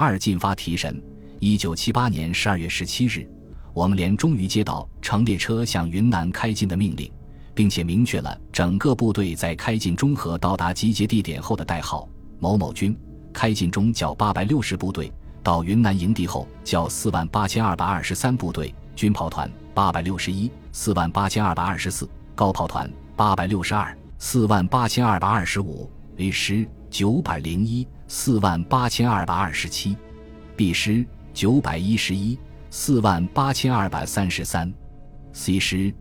2进发提审。1978年12月17日，我们连终于接到乘列车向云南开进的命令，并且明确了整个部队在开进中和到达集结地点后的代号：某某军。开进中叫860部队，到云南营地后叫48223部队，军炮团861、48224，高炮团862、48225， A 师901、48227， B 师911、48233， C 师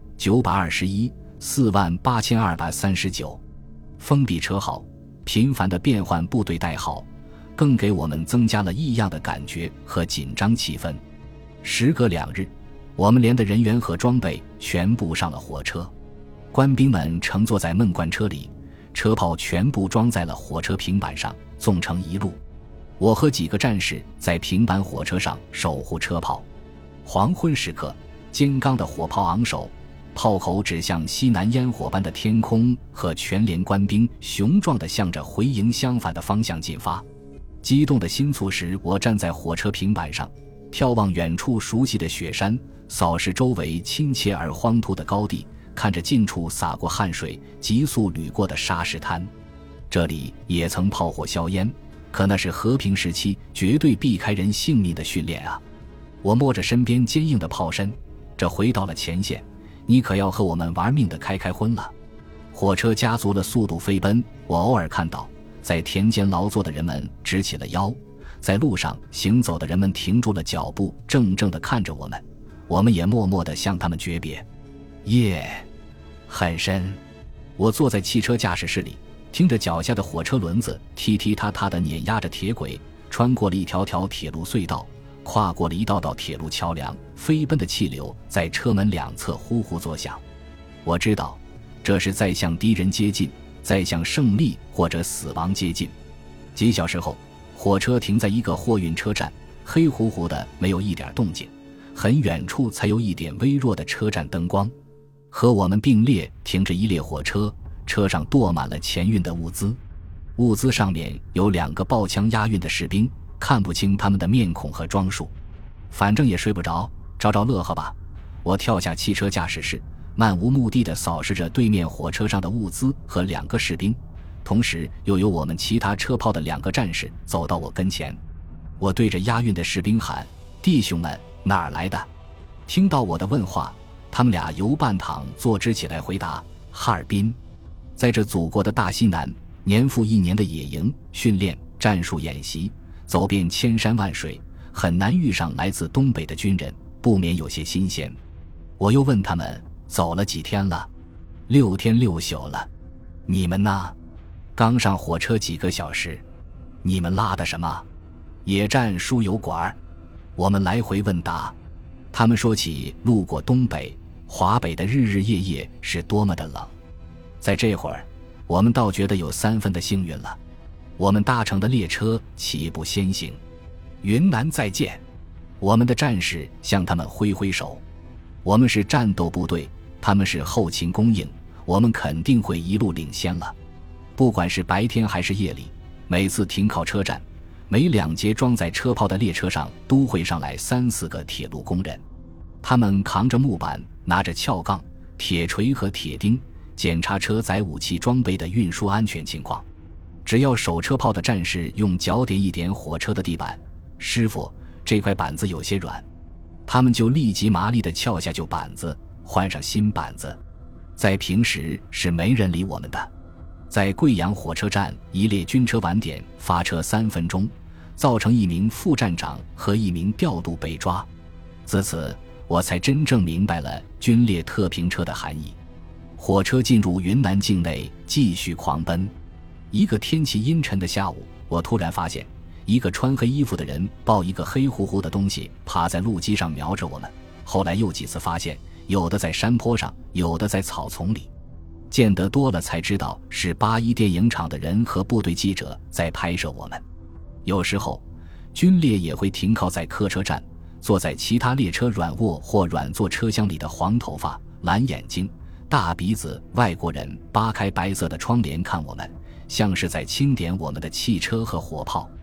921、48239。封闭车号，频繁的变换部队代号，更给我们增加了异样的感觉和紧张气氛。时隔2日，我们连的人员和装备全部上了火车，官兵们乘坐在闷罐车里，车炮全部装在了火车平板上，纵成一路。我和几个战士在平板火车上守护车炮。黄昏时刻，尖钢的火炮昂首，炮口指向西南烟火般的天空，和全连官兵雄壮地向着回营相反的方向进发。激动的心促使我站在火车平板上，眺望远处熟悉的雪山，扫视周围亲切而荒秃的高地，看着近处洒过汗水急速掠过的沙石滩。这里也曾炮火硝烟，可那是和平时期绝对避开人性命的训练啊！我摸着身边坚硬的炮身，这回到了前线，你可要和我们玩命的开荤了。火车加足了速度飞奔，我偶尔看到在田间劳作的人们直起了腰，在路上行走的人们停住了脚步，怔怔地看着我们，我们也默默地向他们诀别。夜很深，我坐在汽车驾驶室里，听着脚下的火车轮子踢踢踏踏地碾压着铁轨，穿过了一条条铁路隧道，跨过了一道道铁路桥梁，飞奔的气流在车门两侧呼呼作响。我知道这是在向敌人接近，在向胜利或者死亡接近。几小时后，火车停在一个货运车站，黑乎乎的，没有一点动静，很远处才有一点微弱的车站灯光。和我们并列停着一列火车，车上垛满了前运的物资，物资上面有2个抱枪押运的士兵，看不清他们的面孔和装束。反正也睡不着，找找乐呵吧。我跳下汽车驾驶室，漫无目的地扫视着对面火车上的物资和2个士兵，同时又有我们其他车炮的2个战士走到我跟前。我对着押运的士兵喊：弟兄们，哪儿来的？听到我的问话，他们俩由半躺坐直起来回答：哈尔滨。在这祖国的大西南，年复一年的野营、训练、战术演习，走遍千山万水，很难遇上来自东北的军人，不免有些新鲜。我又问他们走了几天了？6天6宿了。你们呢？刚上火车几个小时。你们拉的什么？野战输油管。我们来回问答。他们说起路过东北、华北的日日夜夜是多么的冷。在这会儿，我们倒觉得有3分的幸运了。我们搭乘的列车起步先行。云南再见。我们的战士向他们挥挥手。我们是战斗部队，他们是后勤供应，我们肯定会一路领先了。不管是白天还是夜里，每次停靠车站，每2节装载车炮的列车上都会上来3、4个铁路工人，他们扛着木板，拿着撬杠、铁锤和铁钉，检查车载武器装备的运输安全情况。只要守车炮的战士用脚点一点火车的地板，师傅，这块板子有些软，他们就立即麻利地撬下旧板子，换上新板子。在平时是没人理我们的。在贵阳火车站，一列军车晚点发车3分钟，造成1名副站长和1名调度被抓。自此，我才真正明白了军列特平车的含义。火车进入云南境内，继续狂奔。一个天气阴沉的下午，我突然发现一个穿黑衣服的人抱一个黑乎乎的东西趴在路基上瞄着我们。后来又几次发现，有的在山坡上，有的在草丛里。见得多了才知道是81电影厂的人和部队记者在拍摄我们。有时候军列也会停靠在客车站，坐在其他列车软卧或软座车厢里的黄头发、蓝眼睛、大鼻子外国人扒开白色的窗帘看我们，像是在清点我们的汽车和火炮。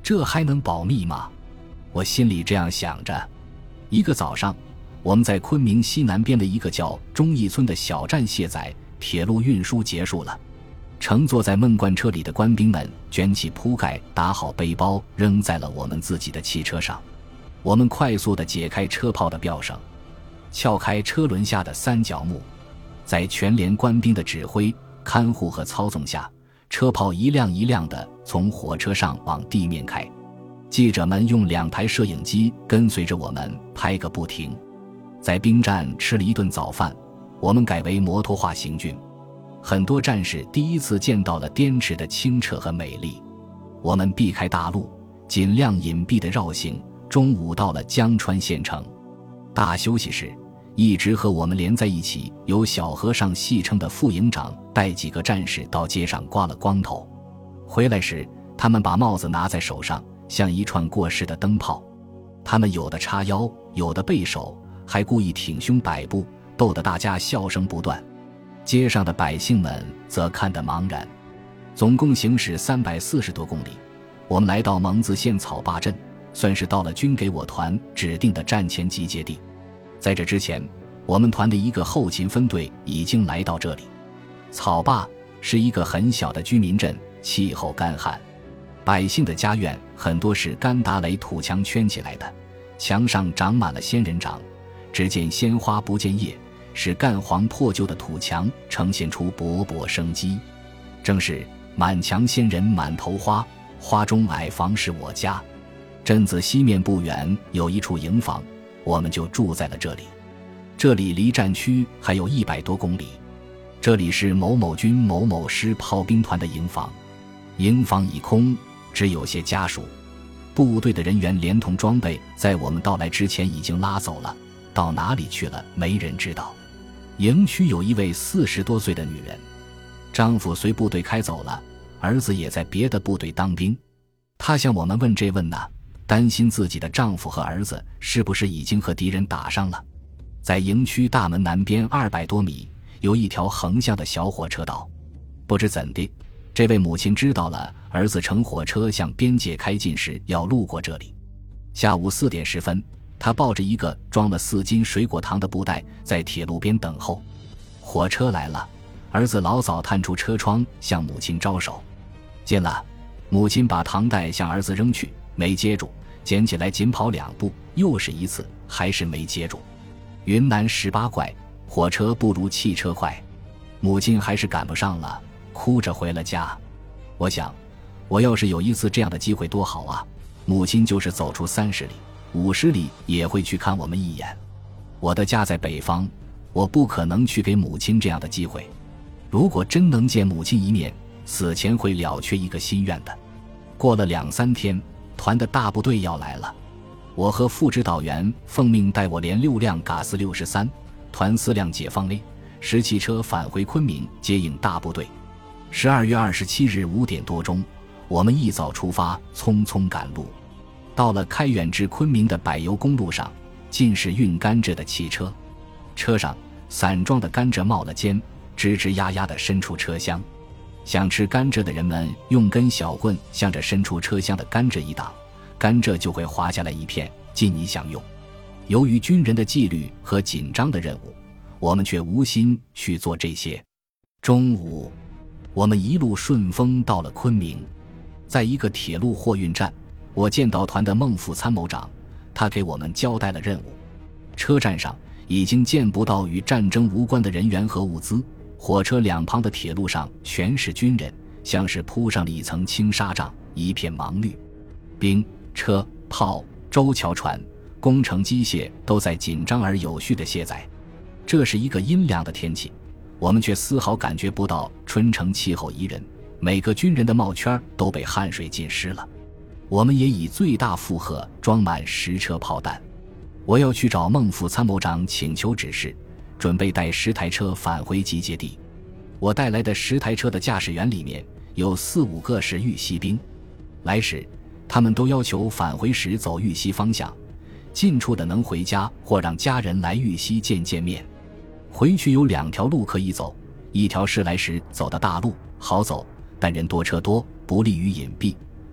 这还能保密吗？我心里这样想着。一个早上，我们在昆明西南边的一个叫忠义村的小站卸载，铁路运输结束了。乘坐在闷罐车里的官兵们卷起铺盖，打好背包，扔在了我们自己的汽车上。我们快速地解开车炮的吊绳，撬开车轮下的三角木，在全连官兵的指挥、看护和操纵下，车炮一辆一辆地从火车上往地面开。记者们用2台摄影机跟随着我们拍个不停。在兵站吃了一顿早饭，我们改为摩托化行军。很多战士第一次见到了滇池的清澈和美丽。我们避开大路，尽量隐蔽地绕行，中午到了江川县城。大休息时，一直和我们连在一起由小和尚戏称的副营长带几个战士到街上刮了光头。回来时，他们把帽子拿在手上，像一串过世的灯泡。他们有的叉腰，有的背手，还故意挺胸摆步，逗得大家笑声不断。街上的百姓们则看得茫然。总共行驶340多公里，我们来到蒙自县草坝镇，算是到了军给我团指定的战前集结地。在这之前，我们团的一个后勤分队已经来到这里。草坝是一个很小的居民镇，气候干旱，百姓的家院很多是干打垒土墙圈起来的，墙上长满了仙人掌，只见鲜花不见叶，使干黄破旧的土墙呈现出勃勃生机。正是满墙仙人满头花，花中矮房是我家。镇子西面不远有一处营房，我们就住在了这里。这里离战区还有100多公里。这里是某某军某某师炮兵团的营房，营房已空，只有些家属。部队的人员连同装备在我们到来之前已经拉走了，到哪里去了没人知道。营区有一位40多岁的女人，丈夫随部队开走了，儿子也在别的部队当兵。她向我们问这问那，担心自己的丈夫和儿子是不是已经和敌人打上了。在营区大门南边200多米有一条横向的小火车道，不知怎的，这位母亲知道了儿子乘火车向边界开进时要路过这里。下午4点10分，他抱着一个装了4斤水果糖的布袋在铁路边等候。火车来了，儿子老早探出车窗向母亲招手。进了，母亲把糖袋向儿子扔去，没接住，捡起来紧跑2步，又是一次，还是没接住。云南18怪，火车不如汽车快，母亲还是赶不上了，哭着回了家。我想，我要是有一次这样的机会多好啊！母亲就是走出30里、50里也会去看我们一眼。我的家在北方，我不可能去给母亲这样的机会。如果真能见母亲一面，死前会了却一个心愿的。过了2、3天，团的大部队要来了。我和副指导员奉命带我连6辆嘎斯63，团4辆解放 A10汽车返回昆明接应大部队。12月27日5点多钟，我们一早出发，匆匆赶路。到了开远至昆明的柏油公路上，尽是运甘蔗的汽车，车上散装的甘蔗冒了尖，吱吱呀呀地伸出车厢。想吃甘蔗的人们用根小棍向着伸出车厢的甘蔗一挡，甘蔗就会滑下来一片，尽你享用。由于军人的纪律和紧张的任务，我们却无心去做这些。中午，我们一路顺风到了昆明。在一个铁路货运站，我见到团的孟副参谋长，他给我们交代了任务。车站上已经见不到与战争无关的人员和物资，火车两旁的铁路上全是军人，像是铺上了一层轻纱帐，一片芒绿。兵、车、炮、舟桥船、工程机械都在紧张而有序地卸载。这是一个阴凉的天气，我们却丝毫感觉不到春城气候宜人，每个军人的帽圈都被汗水浸湿了。我们也以最大负荷装满10车炮弹。我要去找孟副参谋长请求指示，准备带10台车返回集结地。我带来的10台车的驾驶员里面有4、5个是豫西兵，来时他们都要求返回时走豫西方向，近处的能回家或让家人来豫西见面。回去有2条路可以走，一条是来时走的大路，好走，但人多车多，不利于隐蔽；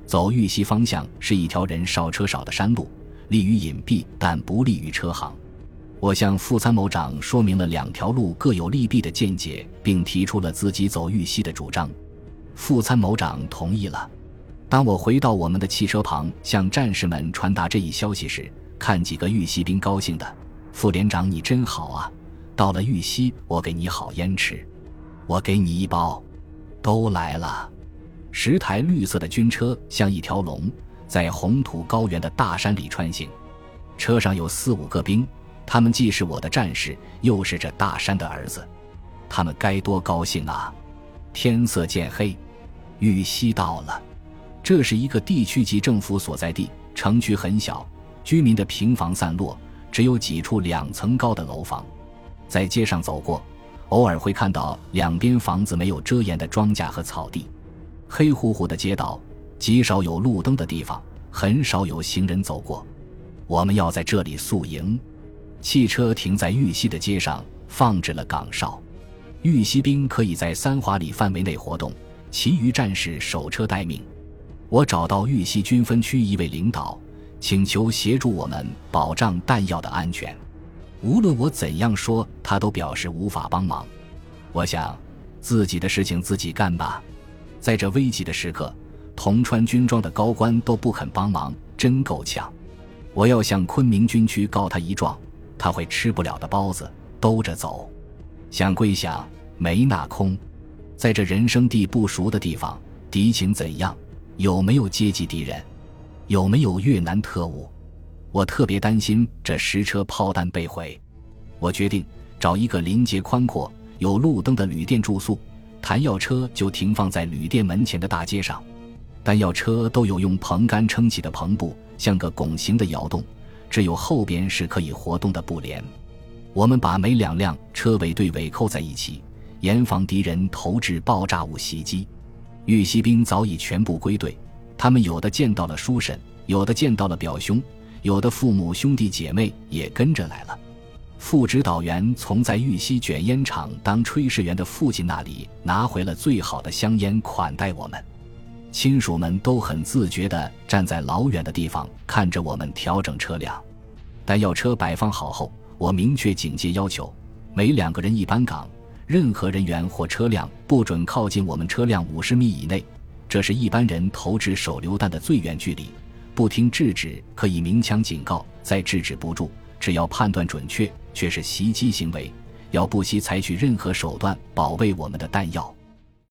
走豫西方向是一条人少车少的山路，利于隐蔽，但不利于车行。我向副参谋长说明了两条路各有利弊的见解，并提出了自己走豫西的主张。副参谋长同意了。当我回到我们的汽车旁向战士们传达这一消息时，看几个豫西兵高兴的，副连长你真好啊，到了豫西我给你好烟吃，我给你一包。都来了。10台绿色的军车像一条龙，在红土高原的大山里穿行，车上有4、5个兵，他们既是我的战士，又是这大山的儿子，他们该多高兴啊。天色渐黑，豫西到了。这是一个地区级政府所在地，城区很小，居民的平房散落，只有几处2层高的楼房。在街上走过，偶尔会看到两边房子没有遮掩的庄稼和草地，黑乎乎的街道，极少有路灯的地方，很少有行人走过。我们要在这里宿营。汽车停在豫西的街上，放置了岗哨。豫西兵可以在3华里范围内活动，其余战士守车待命。我找到豫西军分区一位领导，请求协助我们保障弹药的安全。无论我怎样说，他都表示无法帮忙。我想，自己的事情自己干吧。在这危急的时刻，同穿军装的高官都不肯帮忙，真够呛。我要向昆明军区告他一状，他会吃不了的包子兜着走。想归想，没那空。在这人生地不熟的地方，敌情怎样？有没有阶级敌人？有没有越南特务？我特别担心这10车炮弹被毁。我决定找一个临街宽阔、有路灯的旅店住宿，弹药车就停放在旅店门前的大街上。弹药车都有用棚杆撑起的棚布，像个拱形的窑洞，只有后边是可以活动的布帘。我们把每2辆车尾对尾扣在一起，严防敌人投掷爆炸物袭击。豫西兵早已全部归队，他们有的见到了叔婶，有的见到了表兄，有的父母兄弟姐妹也跟着来了。副指导员从在豫西卷烟厂当炊事员的父亲那里拿回了最好的香烟款待我们。亲属们都很自觉地站在老远的地方看着我们调整车辆。弹药车摆放好后，我明确警戒要求，每2个人一班岗，任何人员或车辆不准靠近我们车辆50米以内，这是一般人投掷手榴弹的最远距离。不听制止可以鸣枪警告，再制止不住，只要判断准确，却是袭击行为，要不惜采取任何手段保卫我们的弹药。